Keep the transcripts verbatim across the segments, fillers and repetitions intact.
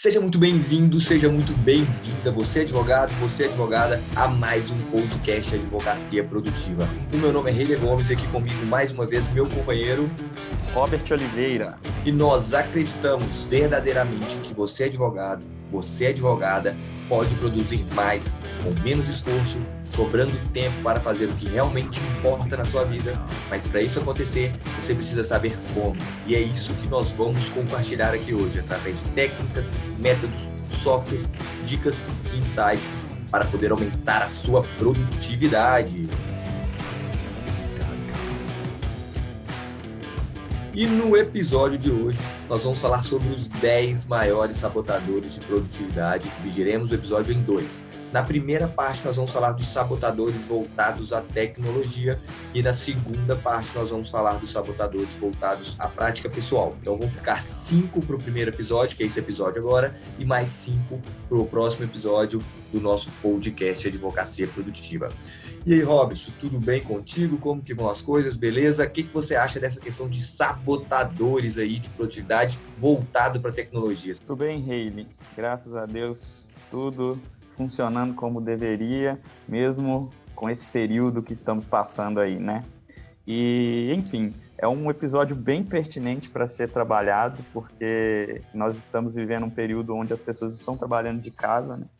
Seja muito bem-vindo, seja muito bem-vinda, você advogado, você advogada, a mais um podcast Advocacia Produtiva. O meu nome é Reile Gomes e aqui comigo mais uma vez meu companheiro Robert Oliveira. E nós acreditamos verdadeiramente que você advogado, você advogada, pode produzir mais com menos esforço, sobrando tempo para fazer o que realmente importa na sua vida. Mas para isso acontecer, você precisa saber como. E é isso que nós vamos compartilhar aqui hoje, através de técnicas, métodos, softwares, dicas e insights para poder aumentar a sua produtividade. E no episódio de hoje, nós vamos falar sobre os dez maiores sabotadores de produtividade. Dividiremos o episódio em dois. Na primeira parte, nós vamos falar dos sabotadores voltados à tecnologia e na segunda parte, nós vamos falar dos sabotadores voltados à prática pessoal. Então, vão ficar cinco para o primeiro episódio, que é esse episódio agora, e mais cinco para o próximo episódio do nosso podcast Advocacia Produtiva. E aí, Robert, tudo bem contigo? Como que vão as coisas? Beleza? O que, que você acha dessa questão de sabotadores aí de produtividade voltado para tecnologias? Tudo bem, Reile. Graças a Deus, tudo funcionando como deveria, mesmo com esse período que estamos passando aí, né? E, enfim, é um episódio bem pertinente para ser trabalhado, porque nós estamos vivendo um período onde as pessoas estão trabalhando de casa, né?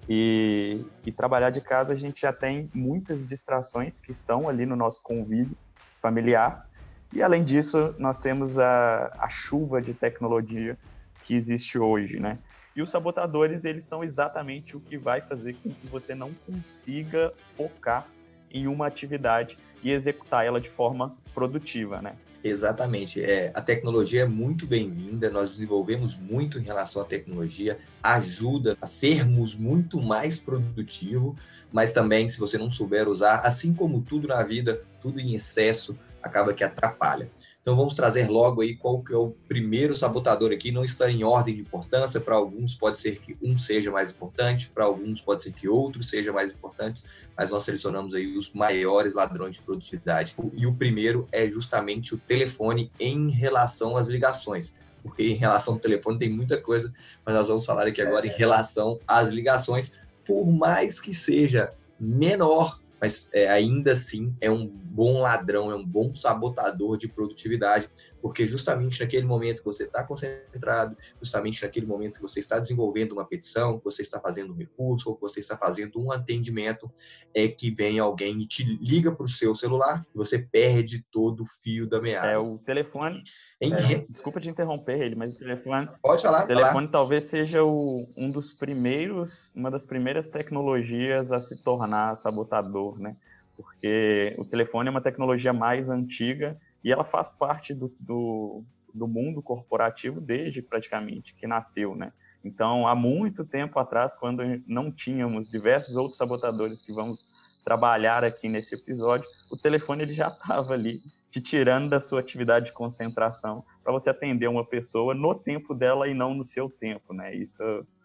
E, e trabalhar de casa a gente já tem muitas distrações que estão ali no nosso convívio familiar. E, além disso, nós temos a, a chuva de tecnologia que existe hoje, né? E os sabotadores, eles são exatamente o que vai fazer com que você não consiga focar em uma atividade e executar ela de forma produtiva, né? Exatamente. É, a tecnologia é muito bem-vinda, nós desenvolvemos muito em relação à tecnologia, ajuda a sermos muito mais produtivos, mas também, se você não souber usar, assim como tudo na vida, tudo em excesso acaba que atrapalha. Então vamos trazer logo aí qual que é o primeiro sabotador aqui, não está em ordem de importância, para alguns pode ser que um seja mais importante, para alguns pode ser que outro seja mais importante, mas nós selecionamos aí os maiores ladrões de produtividade. E o primeiro é justamente o telefone em relação às ligações, porque em relação ao telefone tem muita coisa, mas nós vamos falar aqui agora em relação às ligações, por mais que seja menor, mas é, ainda assim é um bom ladrão, é um bom sabotador de produtividade, porque justamente naquele momento que você está concentrado, justamente naquele momento que você está desenvolvendo uma petição, que você está fazendo um recurso, ou que você está fazendo um atendimento, é que vem alguém e te liga para o seu celular e você perde todo o fio da meada. É, o telefone... Em... É, desculpa te interromper, ele, mas o telefone... Pode falar, O telefone falar. talvez seja o, um dos primeiros, uma das primeiras tecnologias a se tornar sabotador, né? Porque o telefone é uma tecnologia mais antiga e ela faz parte do, do, do mundo corporativo desde praticamente que nasceu, né? Então, há muito tempo atrás, quando não tínhamos diversos outros sabotadores que vamos trabalhar aqui nesse episódio, o telefone ele já estava ali te tirando da sua atividade de concentração para você atender uma pessoa no tempo dela e não no seu tempo, né? Isso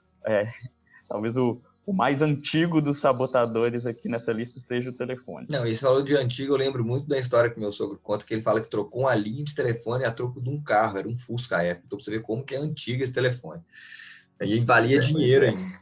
é talvez o, o mais antigo dos sabotadores aqui nessa lista seja o telefone. Não, e você falou de antigo, eu lembro muito da história que meu sogro conta, que ele fala que trocou uma linha de telefone a troco de um carro, era um Fusca à época, então você vê como que é antigo esse telefone. Aí valia dinheiro ainda.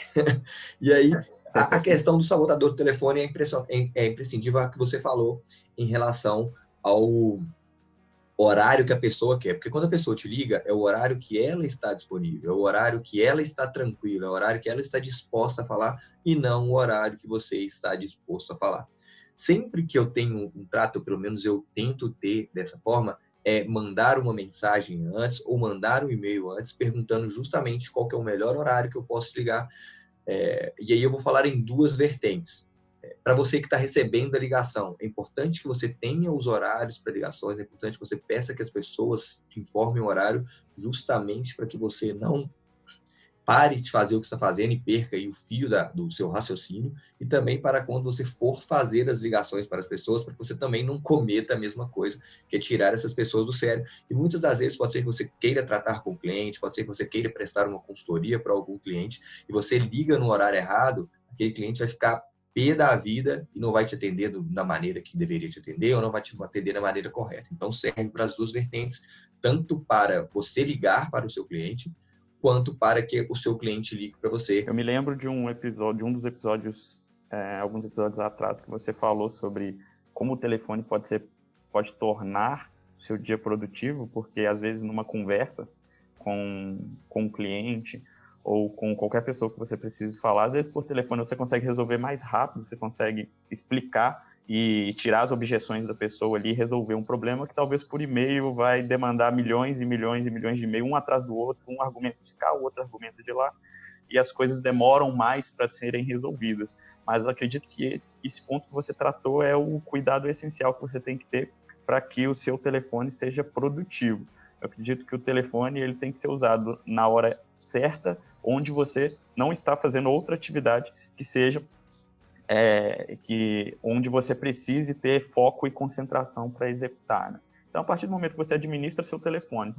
E aí, a, a questão do sabotador do telefone é, é imprescindível a que você falou em relação ao horário que a pessoa quer, porque quando a pessoa te liga, é o horário que ela está disponível, é o horário que ela está tranquila, é o horário que ela está disposta a falar e não o horário que você está disposto a falar. Sempre que eu tenho um trato, pelo menos eu tento ter dessa forma, é mandar uma mensagem antes ou mandar um e-mail antes, perguntando justamente qual que é o melhor horário que eu posso te ligar. É, e aí eu vou falar em duas vertentes. Para você que está recebendo a ligação, é importante que você tenha os horários para ligações, é importante que você peça que as pessoas te informem o horário, justamente para que você não pare de fazer o que está fazendo e perca aí o fio da, do seu raciocínio, e também para quando você for fazer as ligações para as pessoas, para que você também não cometa a mesma coisa, que é tirar essas pessoas do sério. E muitas das vezes pode ser que você queira tratar com o cliente, pode ser que você queira prestar uma consultoria para algum cliente, e você liga no horário errado, aquele cliente vai ficar pé da vida e não vai te atender do, da maneira que deveria te atender ou não vai te atender da maneira correta. Então serve para as duas vertentes, tanto para você ligar para o seu cliente, quanto para que o seu cliente ligue para você. Eu me lembro de um episódio, de um dos episódios, é, alguns episódios atrás, que você falou sobre como o telefone pode ser, pode tornar o seu dia produtivo, porque às vezes numa conversa com, com um cliente ou com qualquer pessoa que você precise falar, às vezes por telefone você consegue resolver mais rápido, você consegue explicar e tirar as objeções da pessoa ali, resolver um problema que talvez por e-mail vai demandar milhões e milhões e milhões de e-mail, um atrás do outro, um argumento de cá, o outro argumento de lá, e as coisas demoram mais para serem resolvidas. Mas eu acredito que esse, esse ponto que você tratou é o cuidado essencial que você tem que ter para que o seu telefone seja produtivo. Eu acredito que o telefone ele tem que ser usado na hora certa, onde você não está fazendo outra atividade que seja É, que, onde você precise ter foco e concentração para executar, né? Então, a partir do momento que você administra seu telefone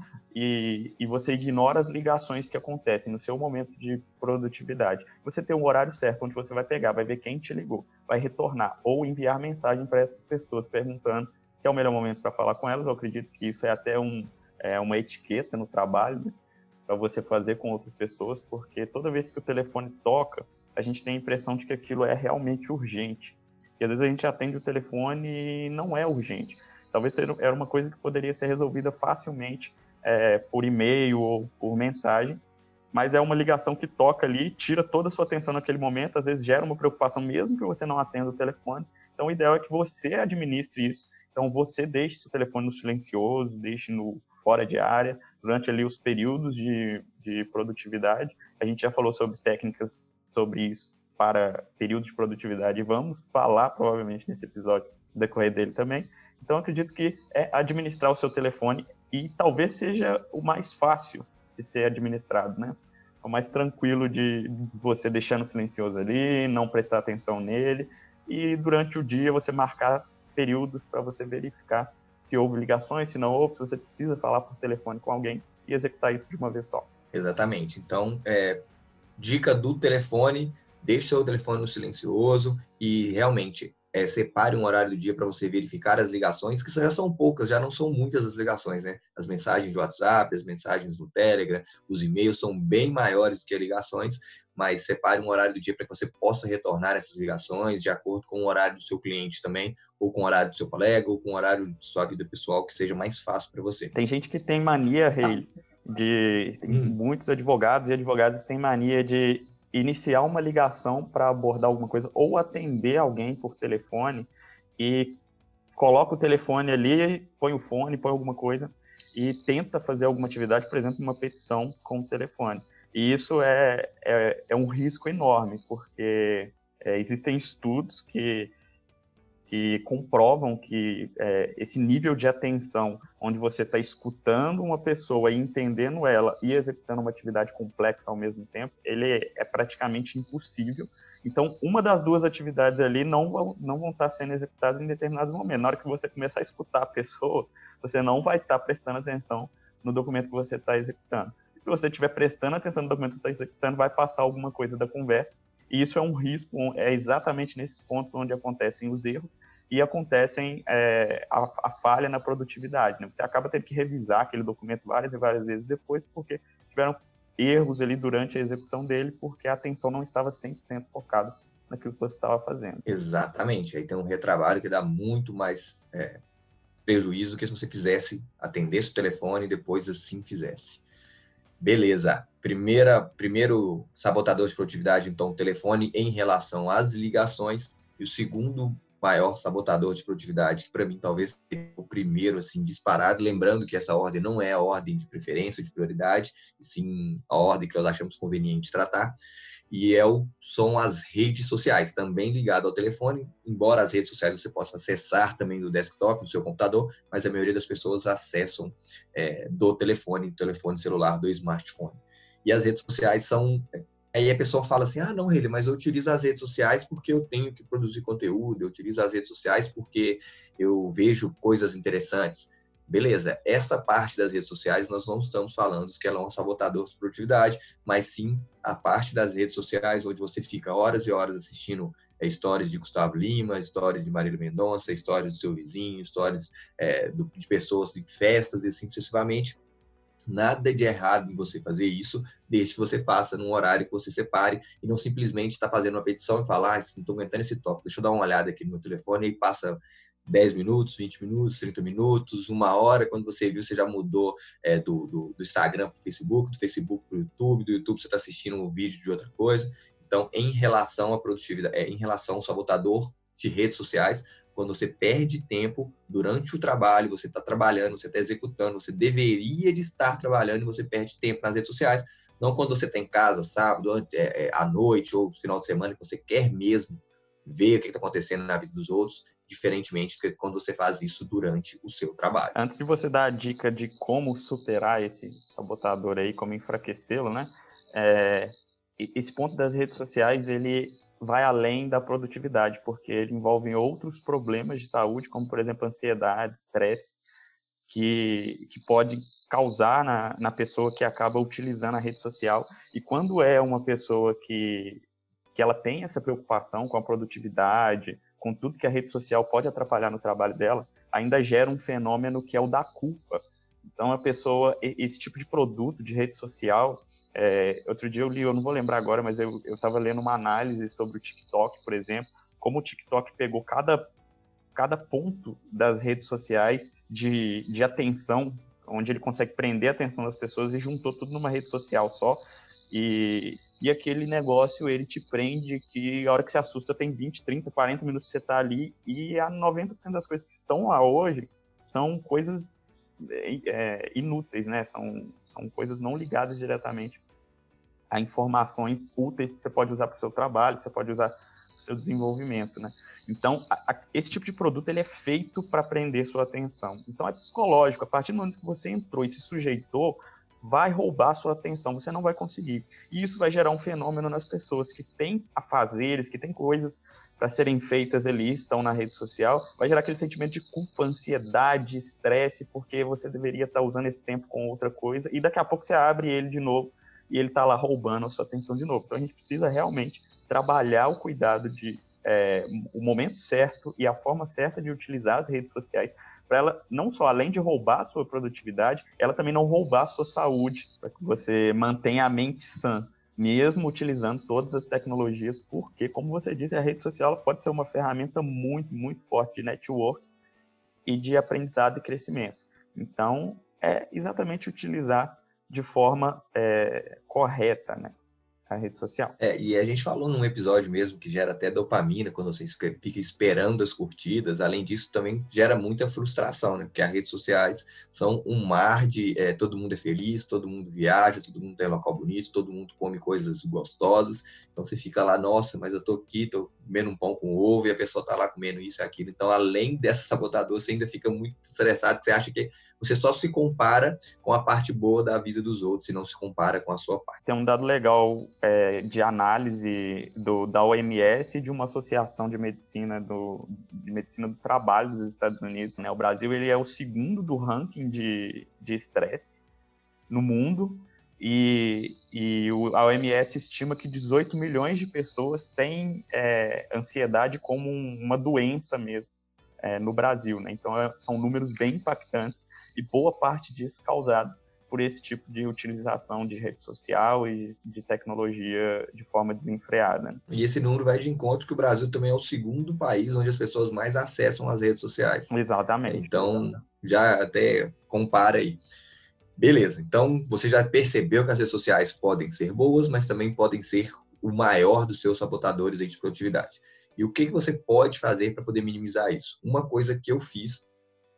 e, e você ignora as ligações que acontecem no seu momento de produtividade, você tem um horário certo onde você vai pegar, vai ver quem te ligou, vai retornar ou enviar mensagem para essas pessoas perguntando se é o melhor momento para falar com elas. Eu acredito que isso é até um, é, uma etiqueta no trabalho, né, para você fazer com outras pessoas, porque toda vez que o telefone toca, a gente tem a impressão de que aquilo é realmente urgente. E às vezes a gente atende o telefone e não é urgente. Talvez era uma coisa que poderia ser resolvida facilmente é, por e-mail ou por mensagem, mas é uma ligação que toca ali, tira toda a sua atenção naquele momento, às vezes gera uma preocupação mesmo que você não atenda o telefone. Então o ideal é que você administre isso. Então você deixe seu telefone no silencioso, deixe no fora de área, durante ali os períodos de, de produtividade. A gente já falou sobre técnicas sobre isso para período de produtividade e vamos falar provavelmente nesse episódio no decorrer dele também. Então eu acredito que é administrar o seu telefone e talvez seja o mais fácil de ser administrado, né? É o mais tranquilo de você deixar no silencioso ali, não prestar atenção nele e durante o dia você marcar períodos para você verificar se houve ligações, se não houve, se você precisa falar por telefone com alguém e executar isso de uma vez só. Exatamente. Então, é, dica do telefone, deixe seu telefone no silencioso e realmente é, separe um horário do dia para você verificar as ligações, que já são poucas, já não são muitas as ligações, né? As mensagens de WhatsApp, as mensagens no Telegram, os e-mails são bem maiores que as ligações, mas separe um horário do dia para que você possa retornar essas ligações de acordo com o horário do seu cliente também, ou com o horário do seu colega, ou com o horário de sua vida pessoal, que seja mais fácil para você. Tem gente que tem mania, Rei, de tem hum. muitos advogados e advogadas têm mania de iniciar uma ligação para abordar alguma coisa ou atender alguém por telefone e coloca o telefone ali, põe o fone, põe alguma coisa e tenta fazer alguma atividade, por exemplo, uma petição com o telefone. E isso é, é, é um risco enorme, porque é, existem estudos que que comprovam que é, esse nível de atenção, onde você está escutando uma pessoa e entendendo ela e executando uma atividade complexa ao mesmo tempo, ele é praticamente impossível. Então, uma das duas atividades ali não vão, não vão estar sendo executadas em determinado momento. Na hora que você começar a escutar a pessoa, você não vai estar prestando atenção no documento que você está executando. Se você estiver prestando atenção no documento que você está executando, vai passar alguma coisa da conversa. E isso é um risco, é exatamente nesses pontos onde acontecem os erros e acontecem é, a, a falha na produtividade, né? Você acaba tendo que revisar aquele documento várias e várias vezes depois, porque tiveram erros ali durante a execução dele, porque a atenção não estava cem por cento focada naquilo que você estava fazendo. Exatamente. Aí tem um retrabalho que dá muito mais é, prejuízo que se você fizesse, atendesse o telefone e depois assim fizesse. Beleza. Primeira, primeiro sabotador de produtividade, então, o telefone em relação às ligações. E o segundo maior sabotador de produtividade, que para mim talvez seja o primeiro, assim, disparado, lembrando que essa ordem não é a ordem de preferência, de prioridade, e sim a ordem que nós achamos conveniente tratar, e é o, são as redes sociais, também ligado ao telefone, embora as redes sociais você possa acessar também do desktop, do seu computador, mas a maioria das pessoas acessam é, do telefone, do telefone celular, do smartphone. E as redes sociais são... Aí a pessoa fala assim, ah, não, Rei, mas eu utilizo as redes sociais porque eu tenho que produzir conteúdo, eu utilizo as redes sociais porque eu vejo coisas interessantes. Beleza, essa parte das redes sociais nós não estamos falando que ela é um sabotador de produtividade, mas sim a parte das redes sociais onde você fica horas e horas assistindo é, stories de Gustavo Lima, stories de Marília Mendonça, stories do seu vizinho, stories é, do, de pessoas de festas e assim sucessivamente. Nada de errado em você fazer isso, desde que você faça num horário que você separe e não simplesmente está fazendo uma petição e falar, ah, não estou aguentando esse tópico, deixa eu dar uma olhada aqui no meu telefone e passa dez minutos, vinte minutos, trinta minutos, uma hora, quando você viu, você já mudou é, do, do, do Instagram para o Facebook, do Facebook para o YouTube, do YouTube você está assistindo um vídeo de outra coisa. Então, em relação à produtividade, é, em relação ao sabotador de redes sociais, quando você perde tempo durante o trabalho, você está trabalhando, você está executando, você deveria de estar trabalhando e você perde tempo nas redes sociais, não quando você está em casa, sábado, é, é, à noite ou final de semana, que você quer mesmo ver o que está acontecendo na vida dos outros, diferentemente de quando você faz isso durante o seu trabalho. Antes de você dar a dica de como superar esse sabotador aí, como enfraquecê-lo, né? É, esse ponto das redes sociais, ele vai além da produtividade, porque ele envolve outros problemas de saúde, como, por exemplo, ansiedade, estresse, que, que pode causar na, na pessoa que acaba utilizando a rede social. E quando é uma pessoa que, que ela tem essa preocupação com a produtividade, com tudo que a rede social pode atrapalhar no trabalho dela, ainda gera um fenômeno que é o da culpa. Então, a pessoa, esse tipo de produto de rede social, é, outro dia eu li, eu não vou lembrar agora, mas eu estava lendo uma análise sobre o TikTok, por exemplo, como o TikTok pegou cada, cada ponto das redes sociais de, de atenção, onde ele consegue prender a atenção das pessoas e juntou tudo numa rede social só. E, e aquele negócio, ele te prende que a hora que você assusta tem vinte, trinta, quarenta minutos que você está ali e a noventa por cento das coisas que estão lá hoje são coisas é, inúteis, né? São, são coisas não ligadas diretamente a informações úteis que você pode usar para o seu trabalho, que você pode usar para o seu desenvolvimento, né? Então, a, a, esse tipo de produto ele é feito para prender sua atenção. Então, é psicológico. A partir do momento que você entrou e se sujeitou, vai roubar sua atenção, você não vai conseguir. E isso vai gerar um fenômeno nas pessoas que têm afazeres, que têm coisas para serem feitas ali, estão na rede social, vai gerar aquele sentimento de culpa, ansiedade, estresse, porque você deveria estar usando esse tempo com outra coisa, e daqui a pouco você abre ele de novo, e ele está lá roubando a sua atenção de novo. Então a gente precisa realmente trabalhar o cuidado de é, o momento certo e a forma certa de utilizar as redes sociais para ela, não só além de roubar a sua produtividade, ela também não roubar a sua saúde, para que você mantenha a mente sã, mesmo utilizando todas as tecnologias, porque, como você disse, a rede social pode ser uma ferramenta muito, muito forte de network e de aprendizado e crescimento. Então, é exatamente utilizar de forma é, correta, né, a rede social. É, e a gente falou num episódio mesmo que gera até dopamina quando você fica esperando as curtidas. Além disso, também gera muita frustração, né? Porque as redes sociais são um mar de é, todo mundo é feliz, todo mundo viaja, todo mundo tem um local bonito, todo mundo come coisas gostosas. Então você fica lá, nossa, mas eu tô aqui, tô comendo um pão com ovo e a pessoa tá lá comendo isso e aquilo. Então, além dessa sabotador, você ainda fica muito estressado, que você acha que você só se compara com a parte boa da vida dos outros e não se compara com a sua parte. Tem um dado legal é, de análise do, da O M S e de uma associação de medicina do, de medicina do trabalho dos Estados Unidos, né? O Brasil ele é o segundo do ranking de estresse no mundo e, e o, a O M S estima que dezoito milhões de pessoas têm é, ansiedade como um, uma doença mesmo é, no Brasil, né? Então é, são números bem impactantes e boa parte disso causado por esse tipo de utilização de rede social e de tecnologia de forma desenfreada. Né? E esse número vai de encontro que o Brasil também é o segundo país onde as pessoas mais acessam as redes sociais. Exatamente. Então, já até compara aí. Beleza, então você já percebeu que as redes sociais podem ser boas, mas também podem ser o maior dos seus sabotadores de produtividade. E o que você pode fazer para poder minimizar isso? Uma coisa que eu fiz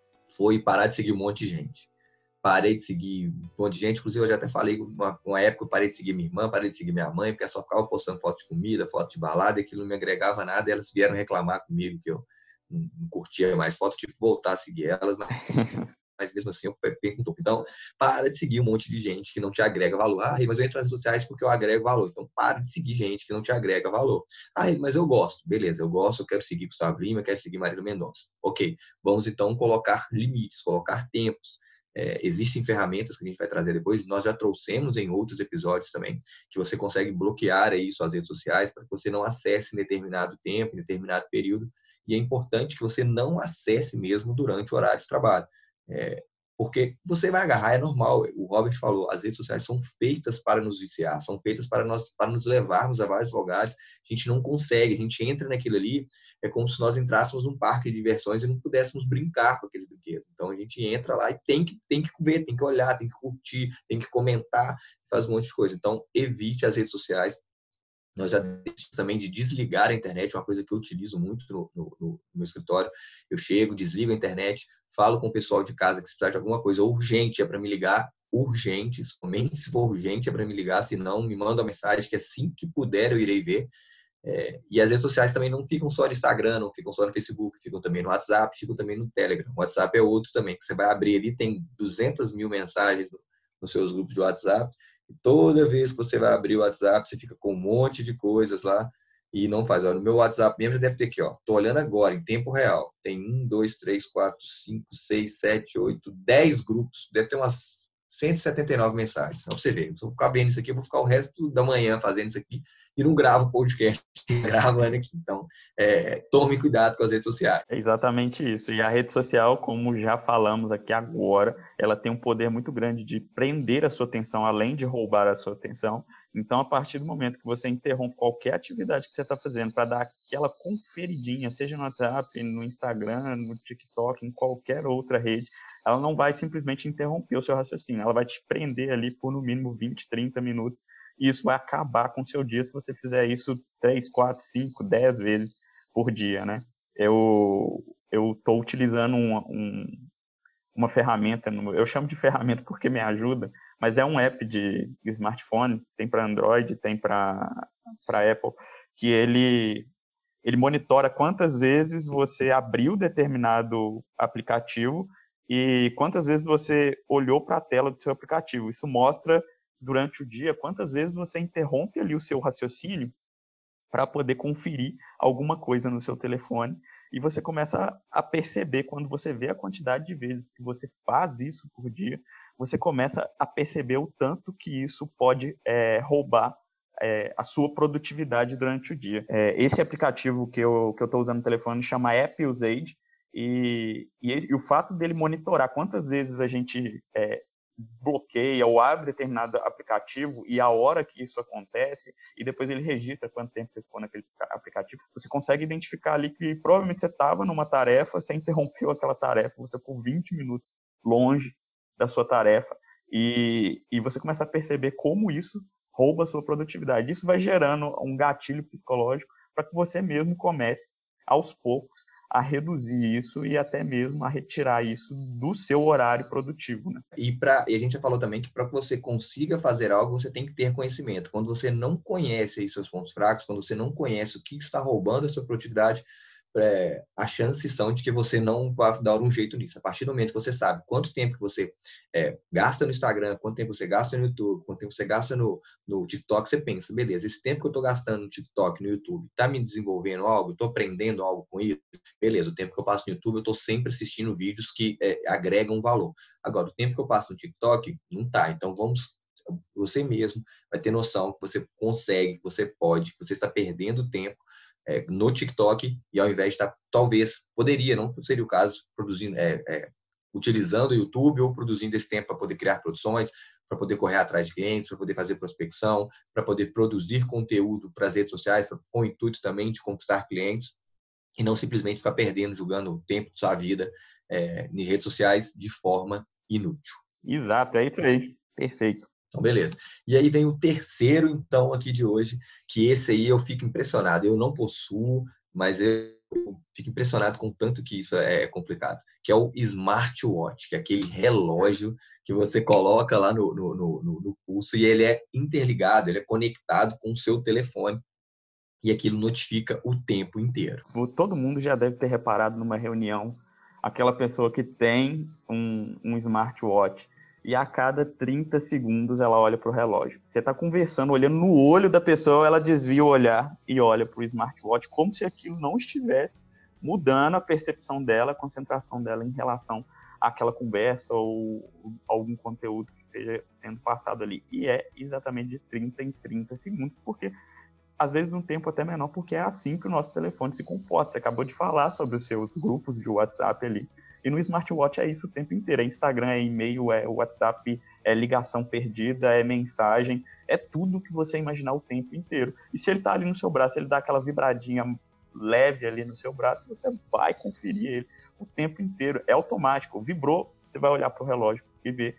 foi parar de seguir um monte de gente. Parei de seguir um monte de gente, inclusive eu já até falei, uma, uma época eu parei de seguir minha irmã, parei de seguir minha mãe, porque só ficava postando foto de comida, foto de balada, e aquilo não me agregava nada, e elas vieram reclamar comigo que eu não, não curtia mais foto, tive que voltar a seguir elas, mas, mas mesmo assim eu pergunto. Então, para de seguir um monte de gente que não te agrega valor. Ah, mas eu entro nas redes sociais porque eu agrego valor. Então, para de seguir gente que não te agrega valor. Ah, mas eu gosto. Beleza, eu gosto, eu quero seguir Gustavo Lima, eu quero seguir Marília Mendonça. Ok, vamos então colocar limites, colocar tempos. É, existem ferramentas que a gente vai trazer depois, nós já trouxemos em outros episódios também, que você consegue bloquear aí suas redes sociais para que você não acesse em determinado tempo, em determinado período, e é importante que você não acesse mesmo durante o horário de trabalho. É, porque você vai agarrar, é normal. O Robert falou, as redes sociais são feitas para nos viciar, são feitas para, nós, para nos levarmos a vários lugares. A gente não consegue, a gente entra naquilo ali, é como se nós entrássemos num parque de diversões e não pudéssemos brincar com aqueles brinquedos. Então a gente entra lá e tem que, tem que ver, tem que olhar, tem que curtir, tem que comentar, faz um monte de coisa. Então evite as redes sociais. Nós já decidimos também de desligar a internet, uma coisa que eu utilizo muito no, no, no meu escritório. Eu chego, desligo a internet, falo com o pessoal de casa que se precisar de alguma coisa urgente é para me ligar, urgente, somente se for urgente é para me ligar, se não, me manda uma mensagem que assim que puder eu irei ver. É, e as redes sociais também não ficam só no Instagram, não ficam só no Facebook, ficam também no WhatsApp, ficam também no Telegram. O WhatsApp é outro também, que você vai abrir ali, tem duzentas mil mensagens no, nos seus grupos de WhatsApp. E toda vez que você vai abrir o WhatsApp, você fica com um monte de coisas lá e não faz. Olha, no meu WhatsApp mesmo já deve ter aqui, ó. Tô olhando agora, em tempo real. Tem um, dois, três, quatro, cinco, seis, sete, oito, dez grupos. Deve ter umas cento e setenta e nove mensagens. Então, você vê, se eu ficar vendo isso aqui, eu vou ficar o resto da manhã fazendo isso aqui e não gravo podcast, gravando aqui. Então, é, tome cuidado com as redes sociais. É exatamente isso. E a rede social, como já falamos aqui agora, ela tem um poder muito grande de prender a sua atenção, além de roubar a sua atenção. Então, a partir do momento que você interrompe qualquer atividade que você está fazendo para dar aquela conferidinha, seja no WhatsApp, no Instagram, no TikTok, em qualquer outra rede, ela não vai simplesmente interromper o seu raciocínio, ela vai te prender ali por no mínimo vinte, trinta minutos, e isso vai acabar com o seu dia se você fizer isso três, quatro, cinco, dez vezes por dia, né? Eu eu estou utilizando um, um, uma ferramenta, eu chamo de ferramenta porque me ajuda, mas é um app de smartphone, tem para Android, tem para para Apple, que ele ele monitora quantas vezes você abriu determinado aplicativo e quantas vezes você olhou para a tela do seu aplicativo. Isso mostra durante o dia quantas vezes você interrompe ali o seu raciocínio para poder conferir alguma coisa no seu telefone, e você começa a perceber, quando você vê a quantidade de vezes que você faz isso por dia, você começa a perceber o tanto que isso pode é, roubar é, a sua produtividade durante o dia. É, esse aplicativo que eu que eu estou usando no telefone chama App Usage, e, e, e o fato dele monitorar quantas vezes a gente é, desbloqueia ou abre determinado aplicativo e a hora que isso acontece, e depois ele registra quanto tempo você ficou naquele aplicativo, você consegue identificar ali que provavelmente você estava numa tarefa, você interrompeu aquela tarefa, você ficou vinte minutos longe da sua tarefa, e, e você começa a perceber como isso rouba a sua produtividade. Isso vai gerando um gatilho psicológico para que você mesmo comece, aos poucos, a reduzir isso e até mesmo a retirar isso do seu horário produtivo, né? E, pra, e a gente já falou também que para que você consiga fazer algo, você tem que ter conhecimento. Quando você não conhece aí seus pontos fracos, quando você não conhece o que está roubando a sua produtividade, é, as chances são de que você não vai dar um jeito nisso. A partir do momento que você sabe quanto tempo que você é, gasta no Instagram, quanto tempo você gasta no YouTube, quanto tempo você gasta no, no TikTok, você pensa, beleza, esse tempo que eu estou gastando no TikTok, no YouTube, está me desenvolvendo algo, estou aprendendo algo com isso? Beleza, o tempo que eu passo no YouTube, eu estou sempre assistindo vídeos que é, agregam valor. Agora, o tempo que eu passo no TikTok, não tá. Então, vamos, você mesmo vai ter noção que você consegue, que você pode, que você está perdendo tempo É, no TikTok, e ao invés de estar, talvez, poderia, não seria o caso, produzindo, é, é, utilizando o YouTube ou produzindo esse tempo para poder criar produções, para poder correr atrás de clientes, para poder fazer prospecção, para poder produzir conteúdo para as redes sociais, pra, com o intuito também de conquistar clientes, e não simplesmente ficar perdendo, jogando o tempo de sua vida é, em redes sociais de forma inútil. Exato, é isso aí. Perfeito. Então, beleza. E aí vem o terceiro, então, aqui de hoje, que esse aí eu fico impressionado. Eu não possuo, mas eu fico impressionado com o tanto que isso é complicado, que é o smartwatch, que é aquele relógio que você coloca lá no, no, no, no pulso e ele é interligado, ele é conectado com o seu telefone e aquilo notifica o tempo inteiro. Todo mundo já deve ter reparado numa reunião, aquela pessoa que tem um, um smartwatch, e a cada trinta segundos ela olha para o relógio. Você está conversando, olhando no olho da pessoa, ela desvia o olhar e olha para o smartwatch, como se aquilo não estivesse mudando a percepção dela, a concentração dela em relação àquela conversa ou algum conteúdo que esteja sendo passado ali. E é exatamente de trinta em trinta segundos, porque às vezes um tempo até menor, porque é assim que o nosso telefone se comporta. Você acabou de falar sobre os seus grupos de WhatsApp ali. E no smartwatch é isso o tempo inteiro. É Instagram, é e-mail, é WhatsApp, é ligação perdida, é mensagem, é tudo que você imaginar o tempo inteiro. E se ele está ali no seu braço, ele dá aquela vibradinha leve ali no seu braço, você vai conferir ele o tempo inteiro. É automático. Vibrou, você vai olhar para o relógio e ver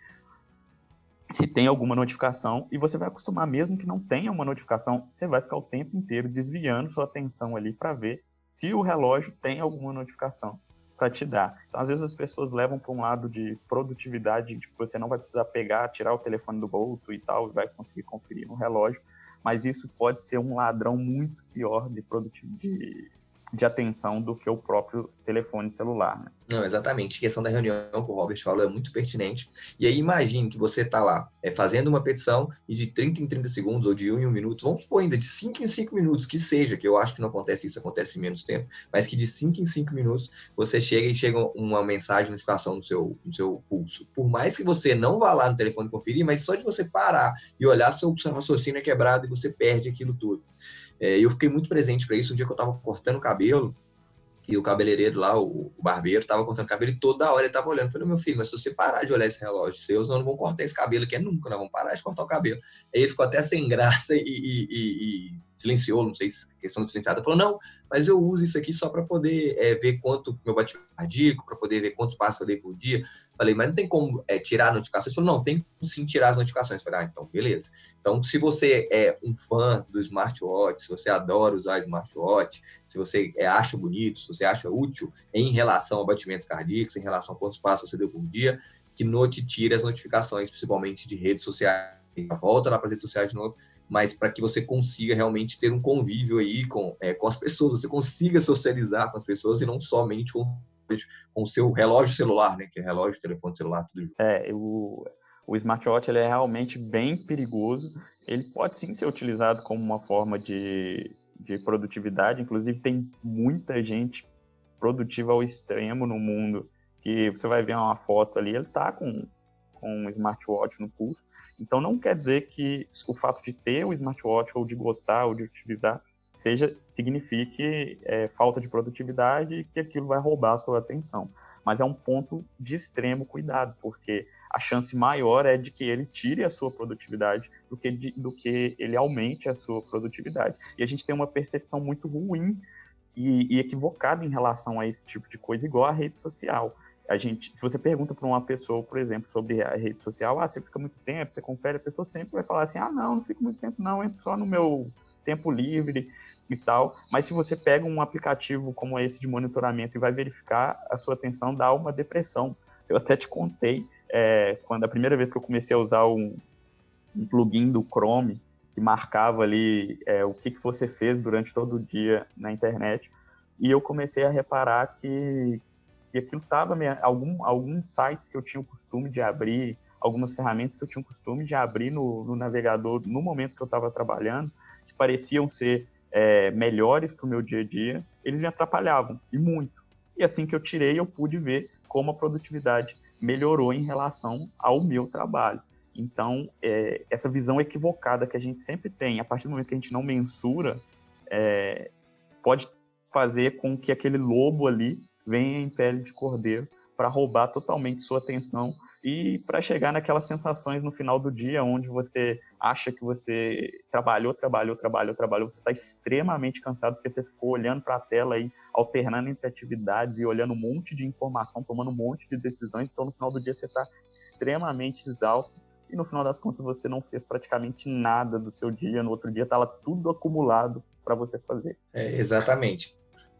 se tem alguma notificação, e você vai acostumar, mesmo que não tenha uma notificação, você vai ficar o tempo inteiro desviando sua atenção ali para ver se o relógio tem alguma notificação para te dar. Então, às vezes as pessoas levam para um lado de produtividade, de que você não vai precisar pegar, tirar o telefone do bolso e tal, e vai conseguir conferir no relógio, mas isso pode ser um ladrão muito pior de produtividade, de atenção do que o próprio telefone celular, né? Não, exatamente. A questão da reunião que o Robert falou é muito pertinente. E aí imagine que você está lá é, fazendo uma petição e de trinta em trinta segundos ou de um em um minuto, vamos supor ainda de cinco em cinco minutos, que seja, que eu acho que não acontece isso, acontece em menos tempo, mas que de cinco em cinco minutos você chega e chega uma mensagem, notificação no seu, no seu pulso. Por mais que você não vá lá no telefone conferir, mas só de você parar e olhar, seu, seu raciocínio é quebrado e você perde aquilo tudo. É, eu fiquei muito presente para isso. Um dia que eu estava cortando o cabelo, e o cabeleireiro lá, o barbeiro, estava cortando cabelo e toda hora ele estava olhando. Eu falei, meu filho, mas se você parar de olhar esse relógio seu, nós não vamos cortar esse cabelo aqui, é nunca, nós vamos parar de cortar o cabelo. Aí ele ficou até sem graça e, e, e, e silenciou, não sei se questão de silenciada. Ele falou, não, mas eu uso isso aqui só para poder é, ver quanto meu batimento cardíaco, para poder ver quantos passos eu dei por dia. Falei, mas não tem como é, tirar a notificação? Ele falou, não, tem sim tirar as notificações. Falei, ah, então, beleza. Então, se você é um fã do smartwatch, se você adora usar smartwatch, se você é, acha bonito, se você acha útil em relação a batimentos cardíacos, em relação a quantos passos você deu por dia, que note tire as notificações, principalmente de redes sociais. Volta lá para as redes sociais de novo, mas para que você consiga realmente ter um convívio aí com, é, com as pessoas, você consiga socializar com as pessoas e não somente com, com o seu relógio celular, né? Que é relógio, telefone, celular, tudo junto. É, o, o smartwatch ele é realmente bem perigoso. Ele pode sim ser utilizado como uma forma de, de produtividade. Inclusive, tem muita gente produtiva ao extremo no mundo, que você vai ver uma foto ali, ele está com, com um smartwatch no pulso. Então, não quer dizer que o fato de ter o smartwatch, ou de gostar, ou de utilizar, seja, signifique é, falta de produtividade e que aquilo vai roubar a sua atenção. Mas é um ponto de extremo cuidado, porque a chance maior é de que ele tire a sua produtividade do que, de, do que ele aumente a sua produtividade. E a gente tem uma percepção muito ruim e, e equivocada em relação a esse tipo de coisa, igual a rede social. A gente, se você pergunta para uma pessoa, por exemplo, sobre a rede social, ah, você fica muito tempo, você confere, a pessoa sempre vai falar assim, ah, não, não fico muito tempo não, entro só no meu tempo livre e tal. Mas se você pega um aplicativo como esse de monitoramento e vai verificar, a sua atenção dá uma depressão. Eu até te contei, é, quando a primeira vez que eu comecei a usar um, um plugin do Chrome, que marcava ali é, o que, que você fez durante todo o dia na internet, e eu comecei a reparar que e aquilo estava, algum, alguns sites que eu tinha o costume de abrir, algumas ferramentas que eu tinha o costume de abrir no, no navegador no momento que eu estava trabalhando, que pareciam ser é, melhores para o meu dia a dia, eles me atrapalhavam, e muito. E assim que eu tirei, eu pude ver como a produtividade melhorou em relação ao meu trabalho. Então, é, essa visão equivocada que a gente sempre tem, a partir do momento que a gente não mensura, é, pode fazer com que aquele lobo ali venha em pele de cordeiro para roubar totalmente sua atenção e para chegar naquelas sensações no final do dia, onde você acha que você trabalhou, trabalhou, trabalhou, trabalhou, você está extremamente cansado porque você ficou olhando para a tela aí, alternando entre atividades e olhando um monte de informação, tomando um monte de decisões, então no final do dia você está extremamente exausto e no final das contas você não fez praticamente nada do seu dia, no outro dia estava tudo acumulado para você fazer. É, exatamente.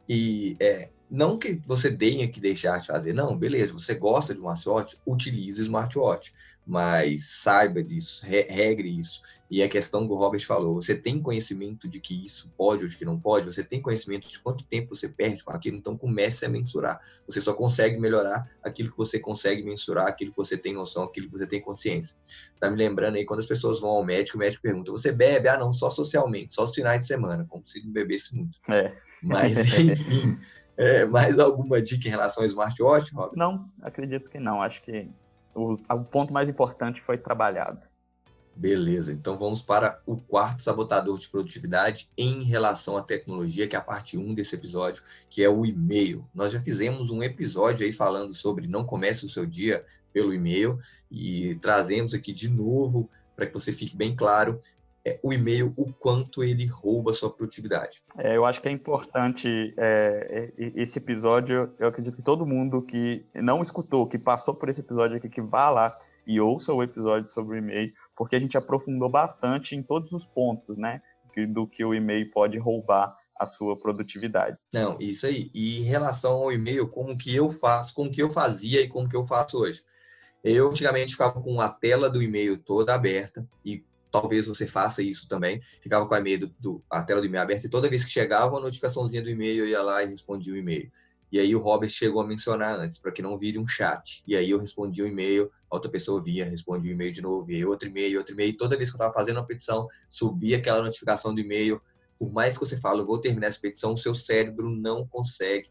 E é, não que você tenha que deixar de fazer, não, beleza, você gosta de um smartwatch, utilize o smartwatch, mas saiba disso, re regre isso. E a questão que o Robert falou, você tem conhecimento de que isso pode ou de que não pode, você tem conhecimento de quanto tempo você perde com aquilo, então comece a mensurar. Você só consegue melhorar aquilo que você consegue mensurar, aquilo que você tem noção, aquilo que você tem consciência. Tá me lembrando aí, quando as pessoas vão ao médico, o médico pergunta, você bebe? Ah, não, só socialmente, só os finais de semana, como se não bebesse muito. É. Mas, enfim, é, mais alguma dica em relação ao smartwatch, Robert? Não, acredito que não. Acho que o, o ponto mais importante foi trabalhado. Beleza, então vamos para o quarto sabotador de produtividade em relação à tecnologia, que é a parte um desse episódio, que é o e-mail. Nós já fizemos um episódio aí falando sobre não comece o seu dia pelo e-mail e trazemos aqui de novo para que você fique bem claro é, o e-mail, o quanto ele rouba a sua produtividade. É, eu acho que é importante é, esse episódio, eu acredito que todo mundo que não escutou, que passou por esse episódio aqui, que vá lá e ouça o episódio sobre o e-mail, porque a gente aprofundou bastante em todos os pontos, né, do que o e-mail pode roubar a sua produtividade. Não, isso aí. E em relação ao e-mail, como que eu faço, como que eu fazia e como que eu faço hoje? Eu antigamente ficava com a tela do e-mail toda aberta e talvez você faça isso também. Ficava com a, e-mail do, do, a tela do e-mail aberta e toda vez que chegava uma notificaçãozinha do e-mail, eu ia lá e respondia o e-mail. E aí o Robert chegou a mencionar antes, para que não vire um chat. E aí eu respondia o e-mail, a outra pessoa via, respondia o e-mail de novo, e aí outro e-mail, outro e-mail. E toda vez que eu estava fazendo uma petição, subia aquela notificação do e-mail. Por mais que você fale, eu vou terminar essa petição, o seu cérebro não consegue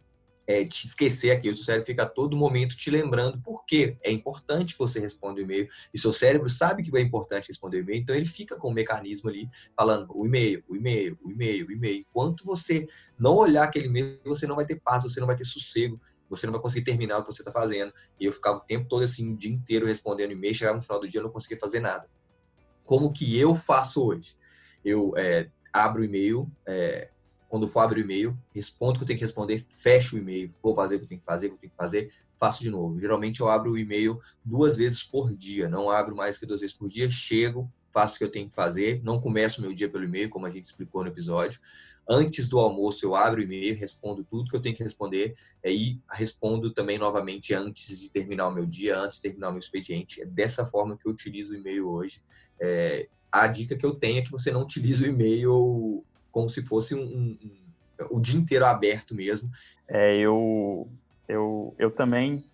É, te esquecer aquilo, o seu cérebro fica a todo momento te lembrando por que é importante você responder o e-mail, e seu cérebro sabe que é importante responder o e-mail, então ele fica com o mecanismo ali, falando o e-mail, o e-mail, o e-mail, o e-mail. Enquanto você não olhar aquele e-mail, você não vai ter paz, você não vai ter sossego, você não vai conseguir terminar o que você está fazendo. E eu ficava o tempo todo assim, o dia inteiro respondendo e-mail, chegava no final do dia eu não conseguia fazer nada. Como que eu faço hoje? Eu é, abro o e-mail, é, quando for abrir o e-mail, respondo o que eu tenho que responder, fecho o e-mail, vou fazer o que eu tenho que fazer, o que eu tenho que fazer, faço de novo. Geralmente eu abro o e-mail duas vezes por dia, não abro mais que duas vezes por dia, chego, faço o que eu tenho que fazer, não começo o meu dia pelo e-mail, como a gente explicou no episódio. Antes do almoço eu abro o e-mail, respondo tudo que eu tenho que responder, e respondo também novamente antes de terminar o meu dia, antes de terminar o meu expediente. É dessa forma que eu utilizo o e-mail hoje. É, a dica que eu tenho é que você não utilize o e-mail como se fosse um, um, um, o dia inteiro aberto mesmo. É, eu, eu, eu também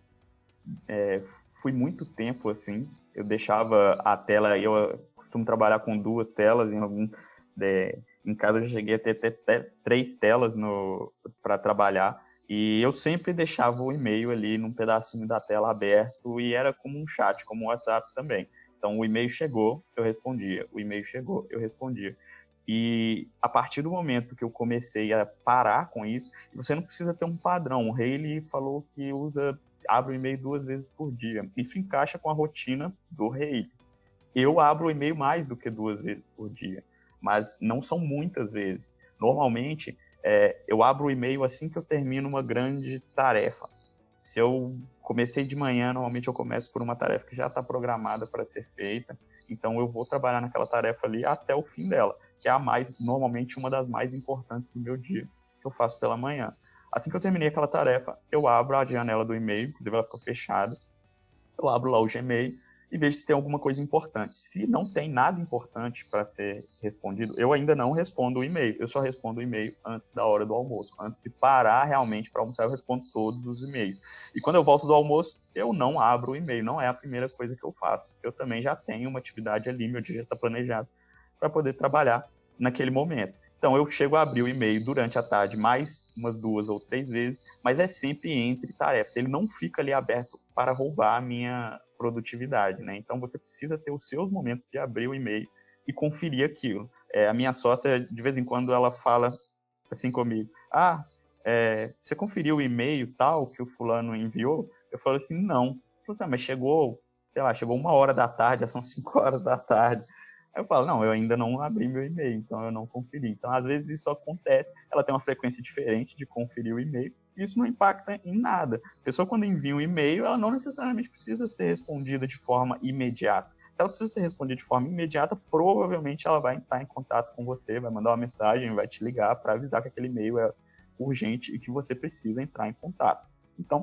é, fui muito tempo assim, eu deixava a tela, eu costumo trabalhar com duas telas, em algum é, em casa eu já cheguei a ter até três telas para trabalhar, e eu sempre deixava o e-mail ali num pedacinho da tela aberto, e era como um chat, como um WhatsApp também. Então o e-mail chegou, eu respondia, o e-mail chegou, eu respondia. E a partir do momento que eu comecei a parar com isso, você não precisa ter um padrão. O Haley falou que usa, abre o e-mail duas vezes por dia. Isso encaixa com a rotina do Haley. Eu abro o e-mail mais do que duas vezes por dia, mas não são muitas vezes. Normalmente, é, eu abro o e-mail assim que eu termino uma grande tarefa. Se eu comecei de manhã, normalmente eu começo por uma tarefa que já está programada para ser feita, então eu vou trabalhar naquela tarefa ali até o fim dela, que é a mais, normalmente uma das mais importantes do meu dia, que eu faço pela manhã. Assim que eu terminei aquela tarefa, eu abro a janela do e-mail, inclusive ela ficou fechada, eu abro lá o Gmail e vejo se tem alguma coisa importante. Se não tem nada importante para ser respondido, eu ainda não respondo o e-mail, eu só respondo o e-mail antes da hora do almoço. Antes de parar realmente para almoçar, eu respondo todos os e-mails. E quando eu volto do almoço, eu não abro o e-mail, não é a primeira coisa que eu faço. Eu também já tenho uma atividade ali, meu dia já está planejado para poder trabalhar naquele momento. Então, eu chego a abrir o e-mail durante a tarde mais umas duas ou três vezes, mas é sempre entre tarefas. Ele não fica ali aberto para roubar a minha produtividade, né? Então, você precisa ter os seus momentos de abrir o e-mail e conferir aquilo. É, a minha sócia, de vez em quando, ela fala assim comigo, ah, é, você conferiu o e-mail tal que o fulano enviou? Eu falo assim, não. Eu falo assim, mas chegou, sei lá, chegou uma hora da tarde, já são cinco horas da tarde. Aí eu falo, não, eu ainda não abri meu e-mail, então eu não conferi. Então, às vezes, isso acontece, ela tem uma frequência diferente de conferir o e-mail, e isso não impacta em nada. A pessoa, quando envia um e-mail, ela não necessariamente precisa ser respondida de forma imediata. Se ela precisa ser respondida de forma imediata, provavelmente ela vai entrar em contato com você, vai mandar uma mensagem, vai te ligar para avisar que aquele e-mail é urgente e que você precisa entrar em contato. Então,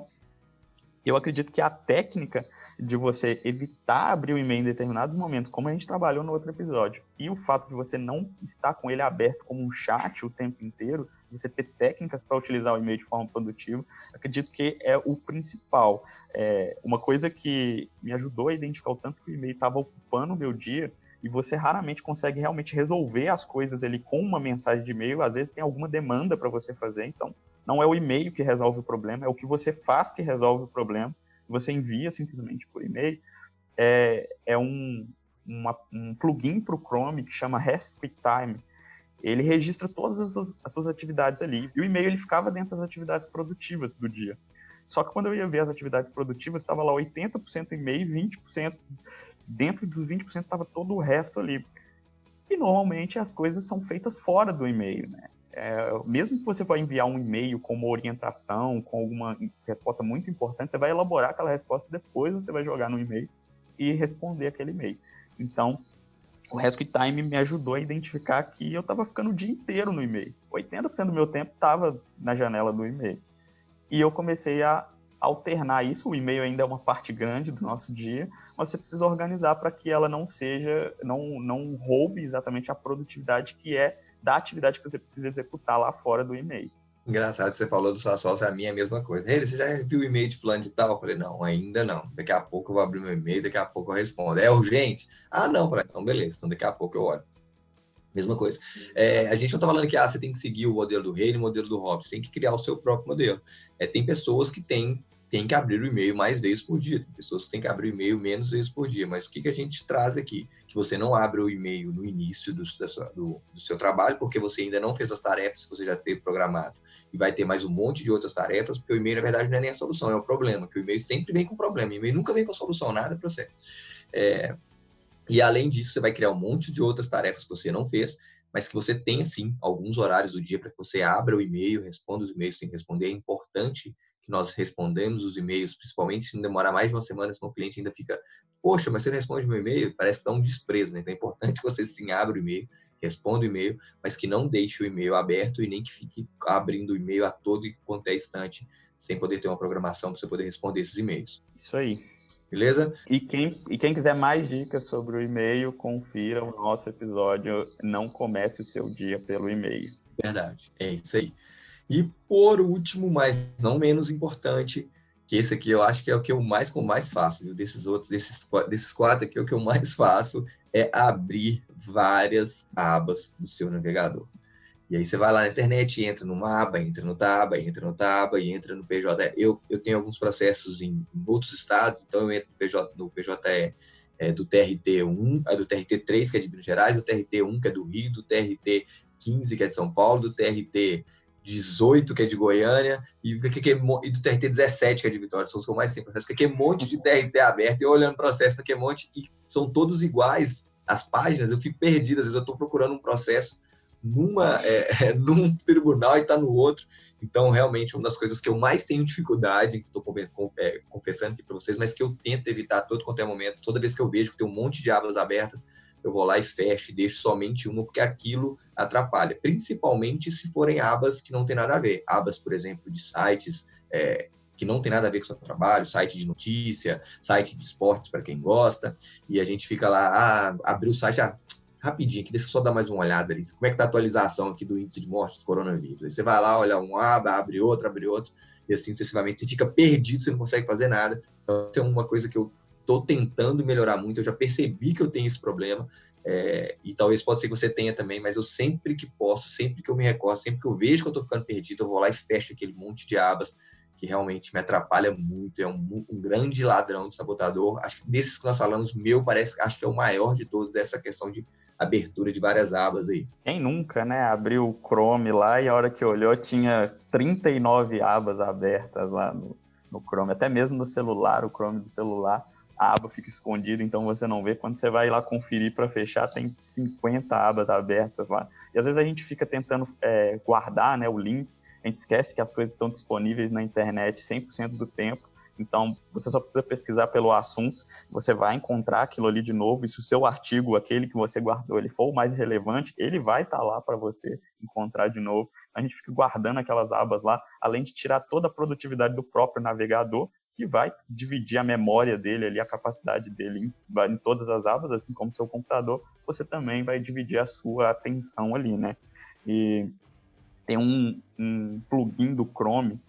eu acredito que a técnica de você evitar abrir o e-mail em determinados momentos, como a gente trabalhou no outro episódio, e o fato de você não estar com ele aberto como um chat o tempo inteiro, você ter técnicas para utilizar o e-mail de forma produtiva, acredito que é o principal. É uma coisa que me ajudou a identificar o tanto que o e-mail estava ocupando o meu dia, e você raramente consegue realmente resolver as coisas ali com uma mensagem de e-mail, às vezes tem alguma demanda para você fazer, então não é o e-mail que resolve o problema, é o que você faz que resolve o problema. Você envia simplesmente por e-mail, é, é um, uma, um plugin para o Chrome que chama REST QuickTime. Ele registra todas as suas, as suas atividades ali. E o e-mail ele ficava dentro das atividades produtivas do dia. Só que quando eu ia ver as atividades produtivas, estava lá oitenta por cento e-mail e vinte por cento. Dentro dos vinte por cento estava todo o resto ali. E normalmente as coisas são feitas fora do e-mail, né? É, mesmo que você vá enviar um e-mail com uma orientação, com alguma resposta muito importante, você vai elaborar aquela resposta e depois você vai jogar no e-mail e responder aquele e-mail. Então, o REST QuickTime me ajudou a identificar que eu estava ficando o dia inteiro no e-mail. oitenta por cento do meu tempo estava na janela do e-mail. E eu comecei a alternar isso. O e-mail ainda é uma parte grande do nosso dia, mas você precisa organizar para que ela não seja, não, não roube exatamente a produtividade que é da atividade que você precisa executar lá fora do e-mail. Engraçado, você falou do sua sócia, a minha é a mesma coisa. Ele, você já viu o e-mail de fulano de tal? Eu falei, não, ainda não. Daqui a pouco eu vou abrir meu e-mail, daqui a pouco eu respondo. É urgente? Ah, não. Eu falei, então beleza, então daqui a pouco eu olho. Mesma coisa. É, a gente não está falando que ah, você tem que seguir o modelo do Rei e o modelo do Hobbes, você tem que criar o seu próprio modelo. É, tem pessoas que têm, têm que abrir o e-mail mais vezes por dia, tem pessoas que têm que abrir o e-mail menos vezes por dia, mas o que, que a gente traz aqui? Que você não abre o e-mail no início do, da sua, do, do seu trabalho, porque você ainda não fez as tarefas que você já teve programado, e vai ter mais um monte de outras tarefas, porque o e-mail, na verdade, não é nem a solução, é o problema, que o e-mail sempre vem com problema, o e-mail nunca vem com a solução, nada para você. É, e além disso, você vai criar um monte de outras tarefas que você não fez, mas que você tenha, sim, alguns horários do dia para que você abra o e-mail, responda os e-mails que tem que responder. É importante que nós respondamos os e-mails, principalmente se não demorar mais de uma semana, senão o cliente ainda fica, poxa, mas você não responde meu e-mail? Parece que dá um desprezo, né? Então é importante que você, sim, abra o e-mail, responda o e-mail, mas que não deixe o e-mail aberto e nem que fique abrindo o e-mail a todo e quanto é instante, sem poder ter uma programação para você poder responder esses e-mails. Isso aí. Beleza? E quem, e quem quiser mais dicas sobre o e-mail, confira o nosso episódio Não Comece o Seu Dia pelo E-mail. Verdade, é isso aí. E por último, mas não menos importante, que esse aqui eu acho que é o que eu mais, mais faço, viu? Desses outros, desses, desses quatro aqui, o que eu mais faço é abrir várias abas do seu navegador. E aí você vai lá na internet, entra numa aba, entra no Taba, entra no Taba e entra no P J E. Eu, eu tenho alguns processos em, em outros estados, então eu entro no P J, no P J E é, do T R T um, é do T R T três, que é de Minas Gerais, do T R T um, que é do Rio, do T R T quinze, que é de São Paulo, do T R T dezoito, que é de Goiânia, e, e do T R T dezessete, que é de Vitória. São os que eu mais tenho processo, que é um monte de T R T aberto, e eu olhando o processo, que é um monte, e são todos iguais, as páginas, eu fico perdido, às vezes eu estou procurando um processo numa, é, num tribunal e está no outro. Então, realmente, uma das coisas que eu mais tenho dificuldade, que estou é, confessando aqui para vocês, mas que eu tento evitar todo quanto é momento, toda vez que eu vejo que tem um monte de abas abertas, eu vou lá e fecho e deixo somente uma, porque aquilo atrapalha, principalmente se forem abas que não tem nada a ver. Abas, por exemplo, de sites é, que não tem nada a ver com o seu trabalho, site de notícia, site de esportes para quem gosta, e a gente fica lá, ah, abriu o site, ah, rapidinho aqui, deixa eu só dar mais uma olhada ali, como é que tá a atualização aqui do índice de mortes do coronavírus. Aí você vai lá, olha um aba, abre outro, abre outro, e assim sucessivamente, você fica perdido, você não consegue fazer nada. Então, isso é uma coisa que eu estou tentando melhorar muito, eu já percebi que eu tenho esse problema, é, e talvez pode ser que você tenha também, mas eu sempre que posso, sempre que eu me recordo, sempre que eu vejo que eu estou ficando perdido, eu vou lá e fecho aquele monte de abas que realmente me atrapalha muito, é um, um grande ladrão de sabotador. Acho que desses que nós falamos, meu parece, acho que é o maior de todos, essa questão de abertura de várias abas aí. Quem nunca, né, abriu o Chrome lá e a hora que olhou tinha trinta e nove abas abertas lá no, no Chrome, até mesmo no celular, o Chrome do celular, a aba fica escondida, então você não vê. Quando você vai lá conferir para fechar, tem cinquenta abas abertas lá. E às vezes a gente fica tentando é, guardar, né, o link, a gente esquece que as coisas estão disponíveis na internet cem por cento do tempo, então você só precisa pesquisar pelo assunto, você vai encontrar aquilo ali de novo, e se o seu artigo, aquele que você guardou, ele for o mais relevante, ele vai estar lá para você encontrar de novo. A gente fica guardando aquelas abas lá, além de tirar toda a produtividade do próprio navegador, que vai dividir a memória dele ali, a capacidade dele em, em todas as abas, assim como o seu computador, você também vai dividir a sua atenção ali, né? E tem um, um plugin do Chrome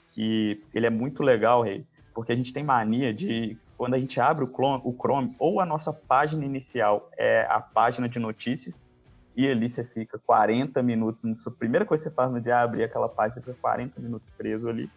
que ele é muito legal, Rei, porque a gente tem mania de, quando a gente abre o Chrome, o Chrome, ou a nossa página inicial é a página de notícias, e ali você fica quarenta minutos, a primeira coisa que você faz no dia é abrir aquela página, você fica quarenta minutos preso ali,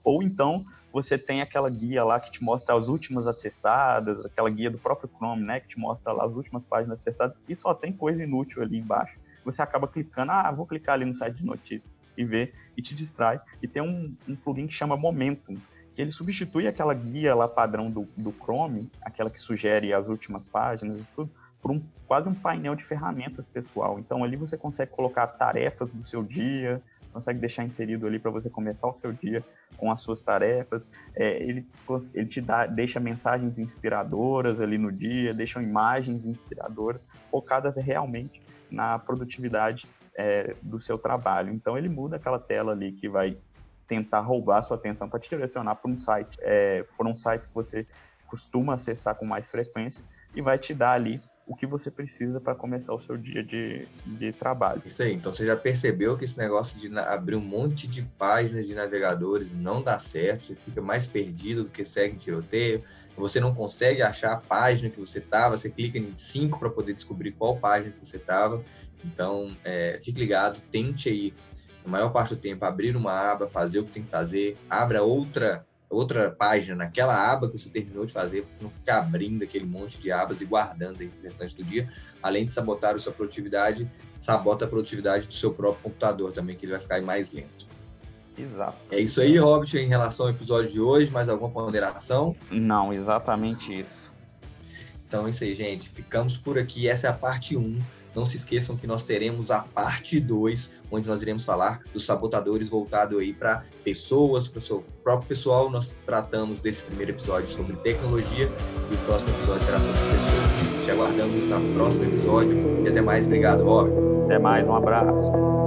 Ou então você tem aquela guia lá que te mostra as últimas acessadas, aquela guia do próprio Chrome, né, que te mostra lá as últimas páginas acessadas, e só tem coisa inútil ali embaixo. Você acaba clicando, ah, vou clicar ali no site de notícias e ver, e te distrai. E tem um, um plugin que chama Momentum, que ele substitui aquela guia lá padrão do, do Chrome, aquela que sugere as últimas páginas e tudo, por um, quase um painel de ferramentas pessoal. Então ali você consegue colocar tarefas do seu dia, consegue deixar inserido ali para você começar o seu dia com as suas tarefas. É, ele, ele te dá, deixa mensagens inspiradoras ali no dia, deixa imagens inspiradoras, focadas realmente na produtividade é, do seu trabalho. Então ele muda aquela tela ali que vai tentar roubar a sua atenção para te direcionar para um site, é, foram sites que você costuma acessar com mais frequência, e vai te dar ali o que você precisa para começar o seu dia de, de trabalho. Isso aí, então você já percebeu que esse negócio de abrir um monte de páginas de navegadores não dá certo, você fica mais perdido do que segue em tiroteio, você não consegue achar a página que você estava, você clica em cinco para poder descobrir qual página que você estava. Então, é, fique ligado, tente aí, na maior parte do tempo, abrir uma aba, fazer o que tem que fazer, abra outra outra página naquela aba que você terminou de fazer, para não ficar abrindo aquele monte de abas e guardando aí o restante do dia. Além de sabotar a sua produtividade, sabota a produtividade do seu próprio computador também, que ele vai ficar mais lento. Exato. É isso aí, Robert, em relação ao episódio de hoje. Mais alguma ponderação? Não, exatamente isso. Então é isso aí, gente. Ficamos por aqui. Essa é a parte um. Não se esqueçam que nós teremos a parte dois, onde nós iremos falar dos sabotadores voltado aí para pessoas, para o seu próprio pessoal. Nós tratamos desse primeiro episódio sobre tecnologia e o próximo episódio será sobre pessoas. Te aguardamos no próximo episódio e até mais. Obrigado, Robert. Até mais, um abraço.